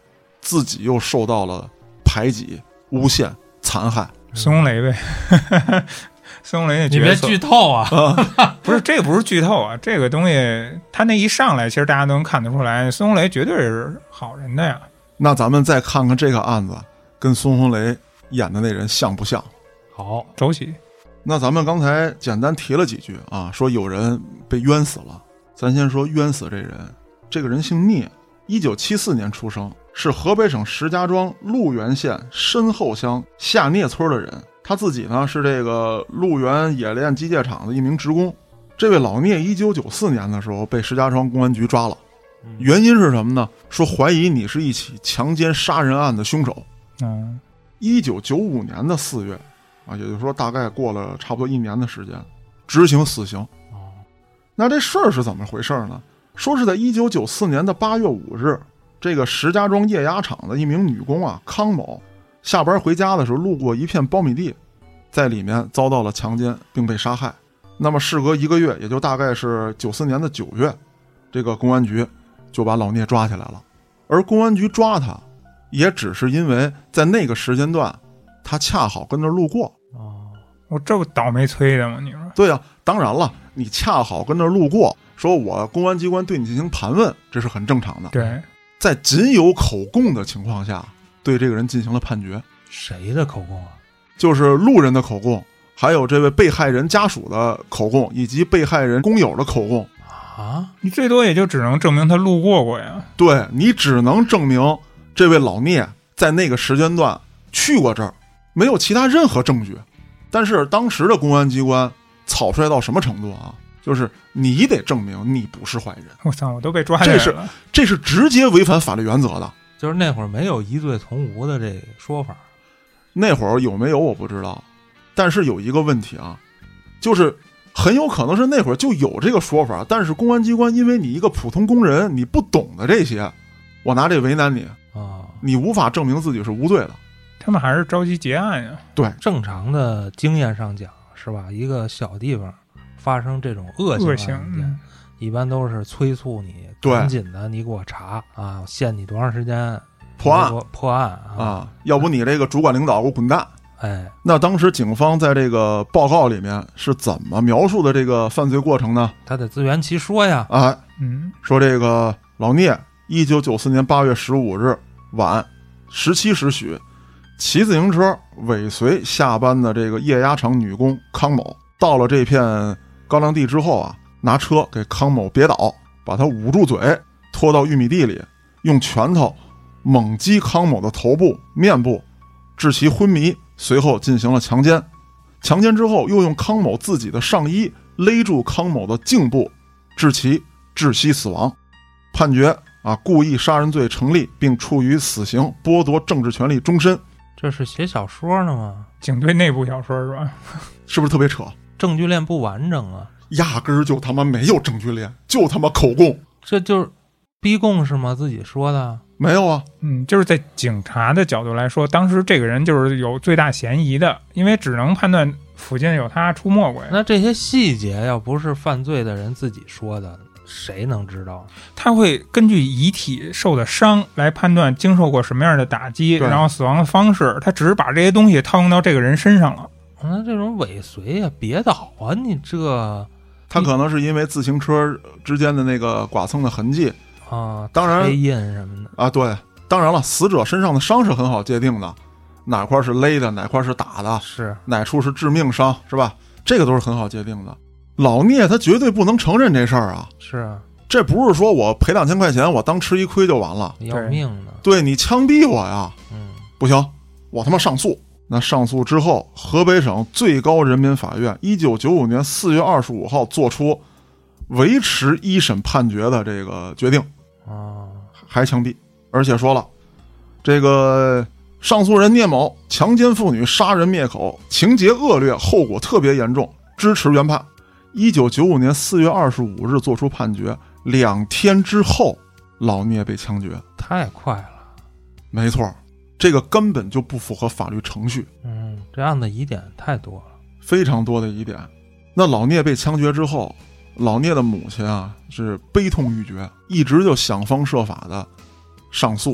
自己又受到了排挤、诬陷、残害。 孙红雷呗，孙红雷那角色， 你别剧透啊！ 不是，这个不是剧透啊，这个东西他那一上来，其实大家都能看得出来，孙红雷绝对是好人的呀。 那咱们再看看这个案子跟孙红雷演的那人像不像？ 好， 周琦。 那咱们刚才简单提了几句啊，说有人被冤死了。咱先说冤死这人，这个人姓聂，1974年出生，是河北省石家庄鹿源县申后乡下聂村的人。他自己呢是这个鹿源冶炼机械厂的一名职工。这位老聂1994年的时候被石家庄公安局抓了，原因是什么呢？说怀疑你是一起强奸杀人案的凶手。1995年的4月啊，也就是说大概过了差不多1年的时间，执行死刑。那这事儿是怎么回事呢？说是在1994年的8月5日，这个石家庄液压厂的一名女工啊，康某下班回家的时候路过一片苞米地，在里面遭到了强奸并被杀害。那么事隔1个月，也就大概是94年的9月，这个公安局就把老聂抓起来了。而公安局抓他也只是因为在那个时间段他恰好跟那儿路过。 我这不倒霉催的吗？你说对啊，当然了，你恰好跟那儿路过，说我公安机关对你进行盘问，这是很正常的。 对， 在仅有口供的情况下，对这个人进行了判决。 谁的口供啊？ 就是路人的口供，还有这位被害人家属的口供，以及被害人工友的口供啊。 你最多也就只能证明他路过呀。 对，你只能证明这位老聂在那个时间段去过这儿，没有其他任何证据。但是当时的公安机关草率到什么程度啊？就是你得证明你不是坏人。 我操，我都被抓起来了。 这是直接违反法律原则的。 就是那会儿没有疑罪从无的这个说法。 那会儿有没有我不知道，但是有一个问题啊，就是很有可能是那会儿就有这个说法，但是公安机关因为你一个普通工人，你不懂的这些，我拿这为难你啊，你无法证明自己是无罪的。 他们还是着急结案呀。 对， 正常的经验上讲是吧，一个小地方发生这种恶性案件，一般都是催促你赶紧的，你给我查啊，限你多长时间破案啊， 要不你这个主管领导给我滚蛋。 哎， 那当时警方在这个报告里面是怎么描述的这个犯罪过程呢？ 他得自圆其说呀。 说这个老聂1994年8月15日晚17时许，骑自行车尾随下班的这个液压厂女工康某，到了这片高粱地之后啊，拿车给康某别倒，把他捂住嘴，拖到玉米地里，用拳头猛击康某的头部、面部，致其昏迷，随后进行了强奸。强奸之后，又用康某自己的上衣勒住康某的颈部，致其窒息死亡。判决故意杀人罪成立，并处以死刑，剥夺政治权利终身。 这是写小说呢吗？ 警队内部小说是吧？ 是不是特别扯？ 证据链不完整啊， 压根儿就他妈没有证据链，就他妈口供。 这就是逼供是吗？自己说的？ 没有啊。 就是在警察的角度来说，当时这个人就是有最大嫌疑的，因为只能判断附近有他出没过。 那这些细节要不是犯罪的人自己说的，谁能知道？ 他会根据遗体受的伤来判断经受过什么样的打击，然后死亡的方式，他只是把这些东西套用到这个人身上了。 那这种尾随啊、别倒啊，你这他可能是因为自行车之间的那个剐蹭的痕迹啊， 当然黑印什么的啊，对，当然了，死者身上的伤是很好界定的，哪块是勒的，哪块是打的， 是哪处是致命伤，是吧？这个都是很好界定的。老聂他绝对不能承认这事儿啊！ 是啊， 这不是说我赔2000块钱，我当吃一亏就完了， 要命的。 对你枪毙我呀！不行，我他妈上诉。那上诉之后，河北省最高人民法院1995年4月25号作出维持一审判决的这个决定还枪毙。而且说了，这个上诉人聂某强奸妇女、杀人灭口，情节恶劣，后果特别严重，支持原判。1995年4月25日作出判决，2天之后老聂被枪决。 太快了。 没错，这个根本就不符合法律程序。 这样的疑点太多了， 非常多的疑点。那老聂被枪决之后，老聂的母亲是悲痛欲绝，一直就想方设法的上诉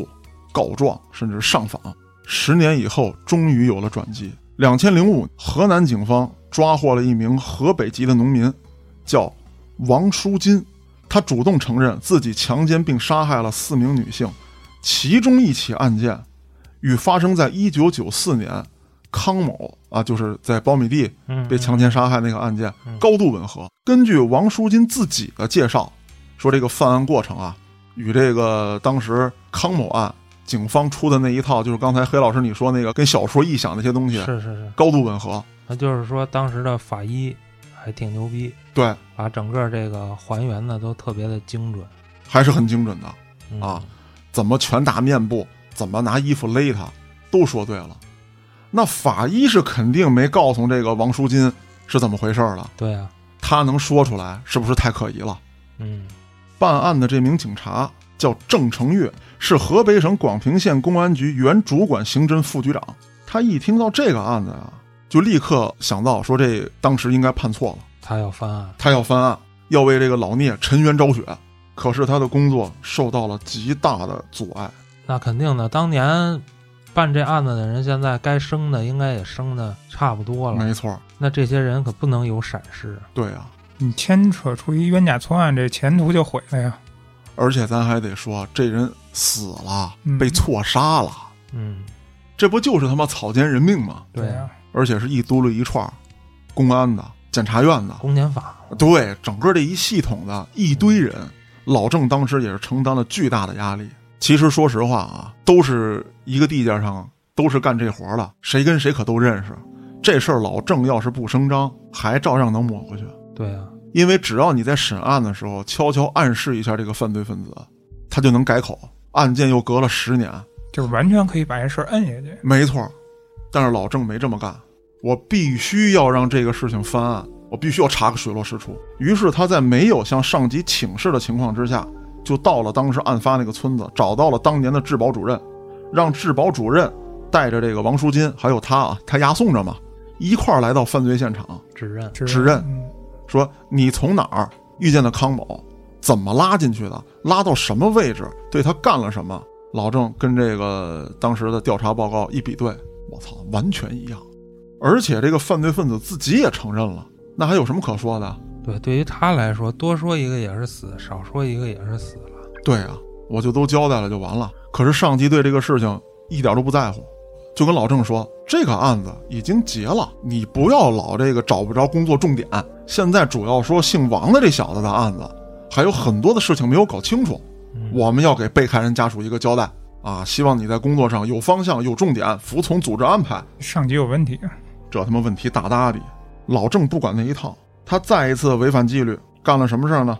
告状，甚至上访。10年以后，终于有了转机。2005，河南警方抓获了一名河北籍的农民，叫王淑金。他主动承认自己强奸并杀害了4名女性，其中一起案件与发生在1994年康某就是在苞米地被强奸杀害那个案件高度吻合。根据王淑金自己的介绍，说这个犯案过程与这个当时康某案警方出的那一套，就是刚才黑老师你说那个跟小说臆想那些东西是高度吻合。 那就是说当时的法医还挺牛逼， 对， 把整个这个还原的都特别的精准， 还是很精准的怎么拳打面部，怎么拿衣服勒他，都说对了。那法医是肯定没告诉这个王淑金是怎么回事了。 对啊， 他能说出来是不是太可疑了？办案的这名警察叫郑成月，是河北省广平县公安局原主管刑侦副局长。他一听到这个案子就立刻想到说这当时应该判错了， 他要翻案， 要为这个老聂沉冤昭雪。可是他的工作受到了极大的阻碍。 那肯定的，当年办这案子的人现在该升的应该也升的差不多了。 没错， 那这些人可不能有闪失。 对啊， 你牵扯出一冤假错案，这前途就毁了呀。 而且咱还得说，这人死了，被错杀了。这不就是他妈草菅人命吗？ 对啊， 而且是一嘟噜一串，公安的、检察院的、 公检法， 对，整个这一系统的一堆人，老郑当时也是承担了巨大的压力。其实说实话都是一个地界上，都是干这活的，谁跟谁可都认识。这事儿老郑要是不声张，还照样能抹过去。 对啊， 因为只要你在审案的时候悄悄暗示一下这个犯罪分子，他就能改口。案件又隔了10年， 就是完全可以把这事摁下去。 没错，但是老郑没这么干，我必须要让这个事情翻案，我必须要查个水落石出。于是他在没有向上级请示的情况之下，就到了当时案发那个村子，找到了当年的治保主任，让治保主任带着这个王淑金还有他押送着嘛，一块儿来到犯罪现场指认，说你从哪儿遇见的康某，怎么拉进去的，拉到什么位置，对他干了什么。老郑跟这个当时的调查报告一比对，我操，完全一样。而且这个犯罪分子自己也承认了，那还有什么可说的？ 对，对于他来说，多说一个也是死，少说一个也是死了。 对啊，我就都交代了就完了。可是上级对这个事情一点都不在乎，就跟老郑说，这个案子已经结了，你不要老这个找不着工作重点，现在主要说姓王的这小子的案子还有很多的事情没有搞清楚，我们要给被害人家属一个交代希望你在工作上有方向有重点，服从组织安排。 上级有问题， 这他妈问题大大的。老郑不管那一套，他再一次违反纪律，干了什么事呢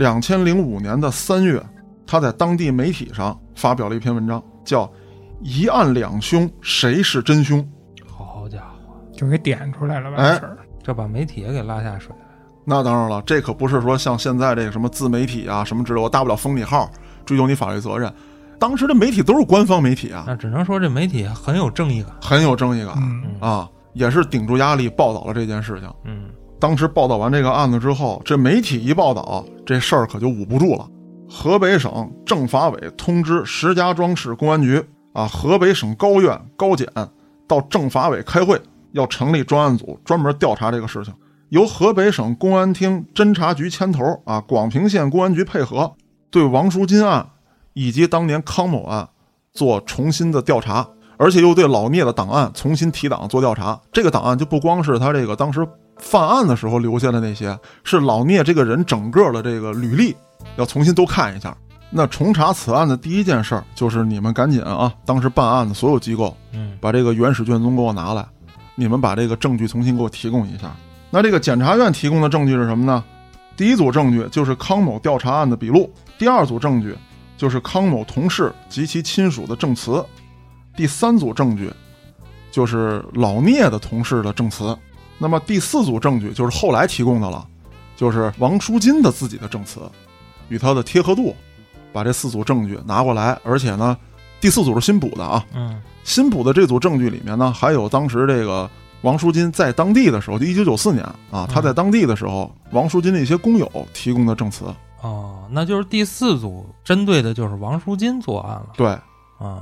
？2005年的3月，他在当地媒体上发表了一篇文章，叫一案两凶，谁是真凶？ 好家伙， 就给点出来了吧？ 这把媒体也给拉下水了。 那当然了，这可不是说像现在这个什么自媒体什么之类，我大不了封你号，追究你法律责任。当时的媒体都是官方媒体那只能说这媒体很有正义感， 很有正义感也是顶住压力报道了这件事情。当时报道完这个案子之后，这媒体一报道，这事儿可就捂不住了。河北省政法委通知石家庄市公安局河北省高院高检到政法委开会，要成立专案组专门调查这个事情，由河北省公安厅侦查局牵头广平县公安局配合，对王淑金案以及当年康某案做重新的调查，而且又对老聂的档案重新提档做调查。这个档案就不光是他这个当时犯案的时候留下的那些，是老聂这个人整个的这个履历要重新都看一下。那重查此案的第一件事就是你们赶紧当时办案的所有机构把这个原始卷宗给我拿来，你们把这个证据重新给我提供一下。那这个检察院提供的证据是什么呢？第一组证据就是康某调查案的笔录，第二组证据就是康某同事及其亲属的证词，第三组证据就是老聂的同事的证词，那么第四组证据就是后来提供的了，就是王淑金的自己的证词与他的贴合度。把这4组证据拿过来，而且呢第4组是新补的新补的这组证据里面呢，还有当时这个王淑金在当地的时候，就1994年他在当地的时候，王淑金的一些工友提供的证词。 那就是第4组针对的就是王淑金作案了。 对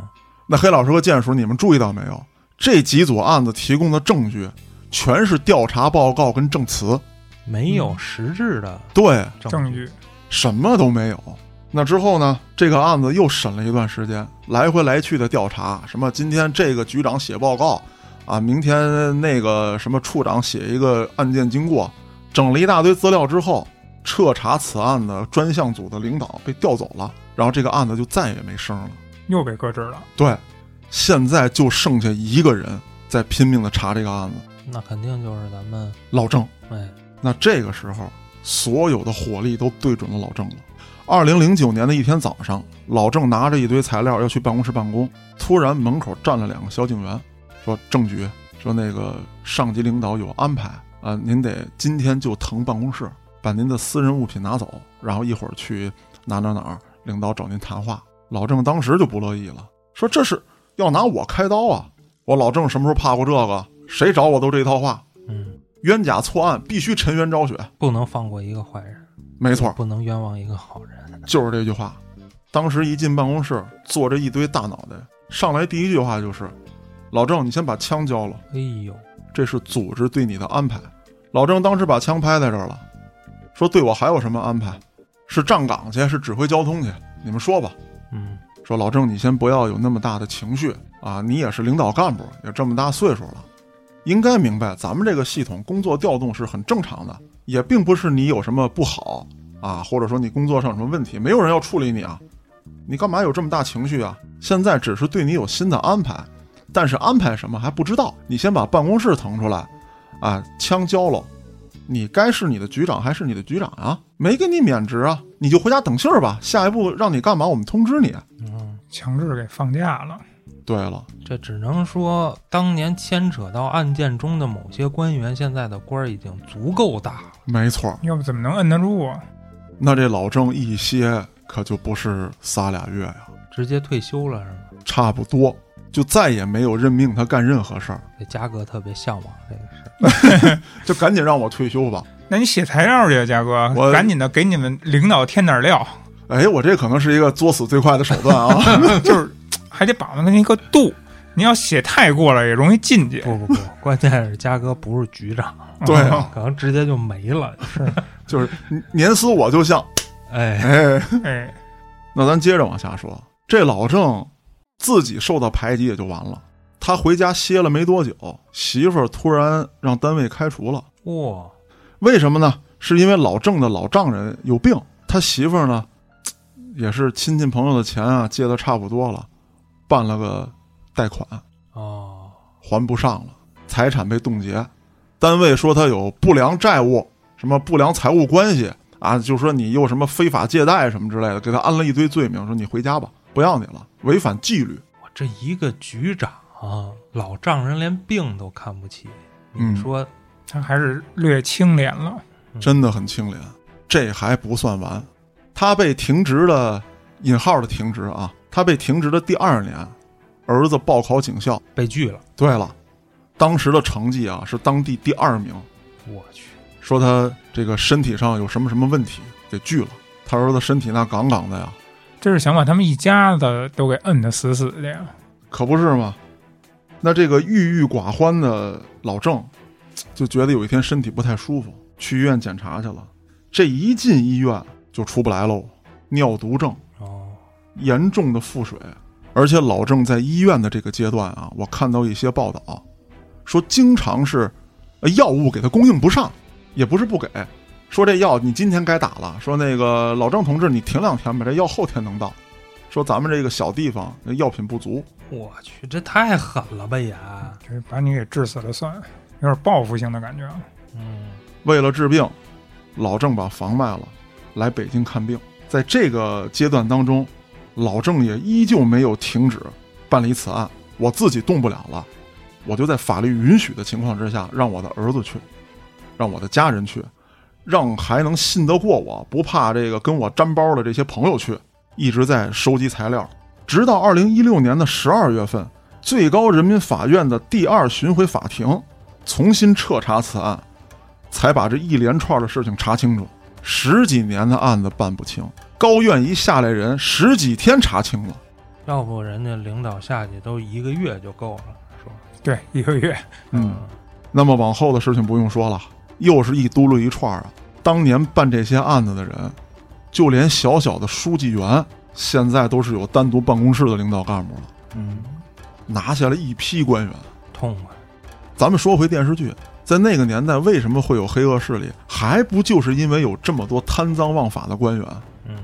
那黑老师和剑叔，你们注意到没有？这几组案子提供的证据全是调查报告跟证词， 没有实质的对证据， 什么都没有。那之后呢，这个案子又审了一段时间，来回来去的调查，什么今天这个局长写报告啊，明天那个什么处长写一个案件经过，整了一大堆资料之后，彻查此案的专项组的领导被调走了，然后这个案子就再也没声了， 又被搁置了。 对，现在就剩下一个人在拼命的查这个案子， 那肯定就是咱们老郑。 哎， 那这个时候所有的火力都对准了老郑了。2009年的一天早上，老郑拿着一堆材料要去办公室办公，突然门口站了2个小警员，说郑局，说那个上级领导有安排啊，您得今天就腾办公室，把您的私人物品拿走，然后一会儿去哪儿领导找您谈话。老郑当时就不乐意了，说这是要拿我开刀啊，我老郑什么时候怕过这个，谁找我都这套话，冤假错案必须沉冤昭雪， 不能放过一个坏人， 没错， 不能冤枉一个好人， 就是这句话。当时一进办公室，坐着一堆大脑袋，上来第一句话就是老郑，你先把枪交了。 哎呦， 这是组织对你的安排。老郑当时把枪拍在这儿了，说对我还有什么安排？是站岗去，是指挥交通去，你们说吧。说老郑，你先不要有那么大的情绪啊，你也是领导干部，也这么大岁数了，应该明白咱们这个系统工作调动是很正常的，也并不是你有什么不好啊，或者说你工作上有什么问题，没有人要处理你啊，你干嘛有这么大情绪啊？现在只是对你有新的安排，但是安排什么还不知道，你先把办公室腾出来啊，枪交了，你该是你的局长还是你的局长啊，没给你免职啊，你就回家等信儿吧，下一步让你干嘛我们通知你。 强制给放假了。 对了， 这只能说当年牵扯到案件中的某些官员，现在的官已经足够大了。 没错， 要不怎么能摁得住啊？ 那这老郑一歇可就不是3俩月呀， 直接退休了是吗？ 差不多，就再也没有任命他干任何事儿。 这嘉哥特别向往这个事儿， 就赶紧让我退休吧。 那你写材料去，嘉哥，赶紧的给你们领导添点料。 哎，我这可能是一个作死最快的手段啊， 就是还得把握那个度。你要写太过了，也容易进去。 不，关键是嘉哥不是局长， 对啊， 可能直接就没了。 是， 就是年死我就像，哎，那咱接着往下说，这老郑自己受到排挤也就完了，他回家歇了没多久，媳妇儿突然让单位开除了。 哇， 为什么呢？是因为老郑的老丈人有病，他媳妇儿呢也是亲戚朋友的钱啊借的差不多了，办了个贷款，还不上了，财产被冻结，单位说他有不良债务，什么不良财务关系啊，就说你又什么非法借贷什么之类的，给他安了一堆罪名，说你回家吧，不要你了，违反纪律。 我这一个局长啊，老丈人连病都看不起，你说他还是略清廉了， 真的很清廉。这还不算完，他被停职的引号的停职啊，他被停职的第2年，儿子报考警校被拒了。 对了，当时的成绩啊是当地第2名。 我去， 说他这个身体上有什么问题给拒了，他儿子身体那杠杠的呀， 这是想把他们一家子都给摁得死死的呀， 可不是吗？那这个郁郁寡欢的老郑就觉得有一天身体不太舒服，去医院检查去了，这一进医院就出不来喽，尿毒症，严重的腹水。而且老郑在医院的这个阶段啊，我看到一些报道说经常是药物给他供应不上，也不是不给，说这药你今天该打了，说那个老郑同志你停2天吧，这药后天能到，说咱们这个小地方药品不足。 我去，这太狠了吧也， 这把你给治死了算，有点报复性的感觉。 为了治病，老郑把房卖了，来北京看病。在这个阶段当中，老郑也依旧没有停止办理此案，我自己动不了了，我就在法律允许的情况之下，让我的儿子去，让我的家人去，让还能信得过我，不怕这个跟我沾包的这些朋友去，一直在收集材料，直到2016年的12月份，最高人民法院的第2巡回法庭重新彻查此案，才把这一连串的事情查清楚。10几年的案子办不清，高院一下来人10几天查清了。 要不人家领导下去都1个月就够了，说对1个月。 那么往后的事情不用说了，又是一嘟噜一串啊。当年办这些案子的人，就连小小的书记员，现在都是有单独办公室的领导干部了。拿下了一批官员， 痛快。 咱们说回电视剧，在那个年代为什么会有黑恶势力，还不就是因为有这么多贪赃枉法的官员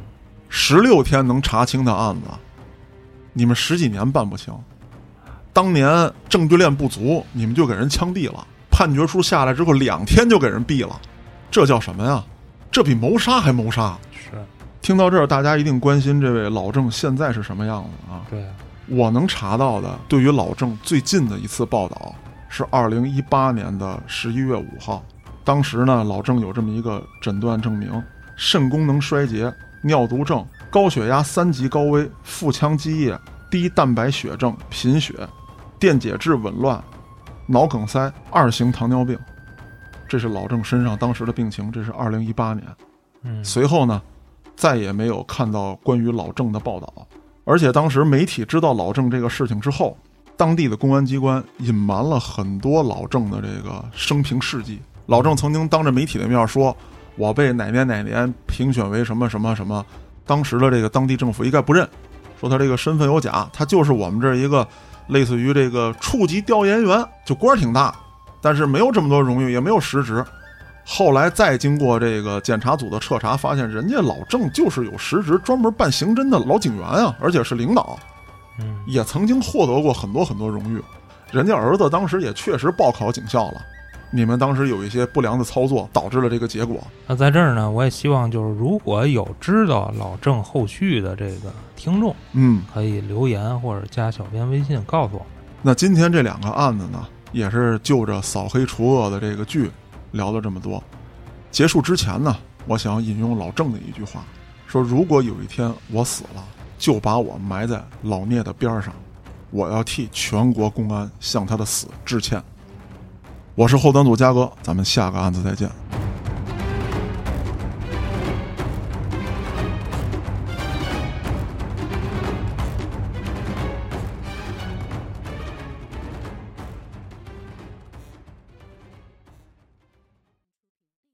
？16天能查清的案子，你们10几年办不清。当年证据链不足，你们就给人枪毙了，判决书下来之后2天就给人毙了，这叫什么呀？这比谋杀还谋杀。 是。听到这儿，大家一定关心这位老郑现在是什么样子啊？ 对。 我能查到的对于老郑最近的一次报道是2018年的11月5号，当时呢，老郑有这么一个诊断证明：肾功能衰竭、尿毒症、高血压3级高危、腹腔积液、低蛋白血症、贫血、电解质紊乱、脑梗塞、2型糖尿病。这是老郑身上当时的病情，这是2018年。随后呢，再也没有看到关于老郑的报道。而且当时媒体知道老郑这个事情之后，当地的公安机关隐瞒了很多老郑的这个生平事迹。老郑曾经当着媒体的面说，我被哪年哪年评选为什么什么什么，当时的这个当地政府一概不认，说他这个身份有假，他就是我们这一个类似于这个处级调研员，就官挺大，但是没有这么多荣誉，也没有实职。后来再经过这个检察组的彻查，发现人家老郑就是有实职，专门办刑侦的老警员啊，而且是领导，也曾经获得过很多很多荣誉。人家儿子当时也确实报考警校了。你们当时有一些不良的操作，导致了这个结果。 那在这儿呢，我也希望就是如果有知道老郑后续的这个听众，可以留言或者加小编微信告诉我们。 那今天这2个案子呢，也是就着扫黑除恶的这个剧聊了这么多。结束之前呢，我想引用老郑的一句话，说如果有一天我死了，就把我埋在老聂的边上，我要替全国公安向他的死致歉。我是后端组嘉哥，咱们下个案子再见。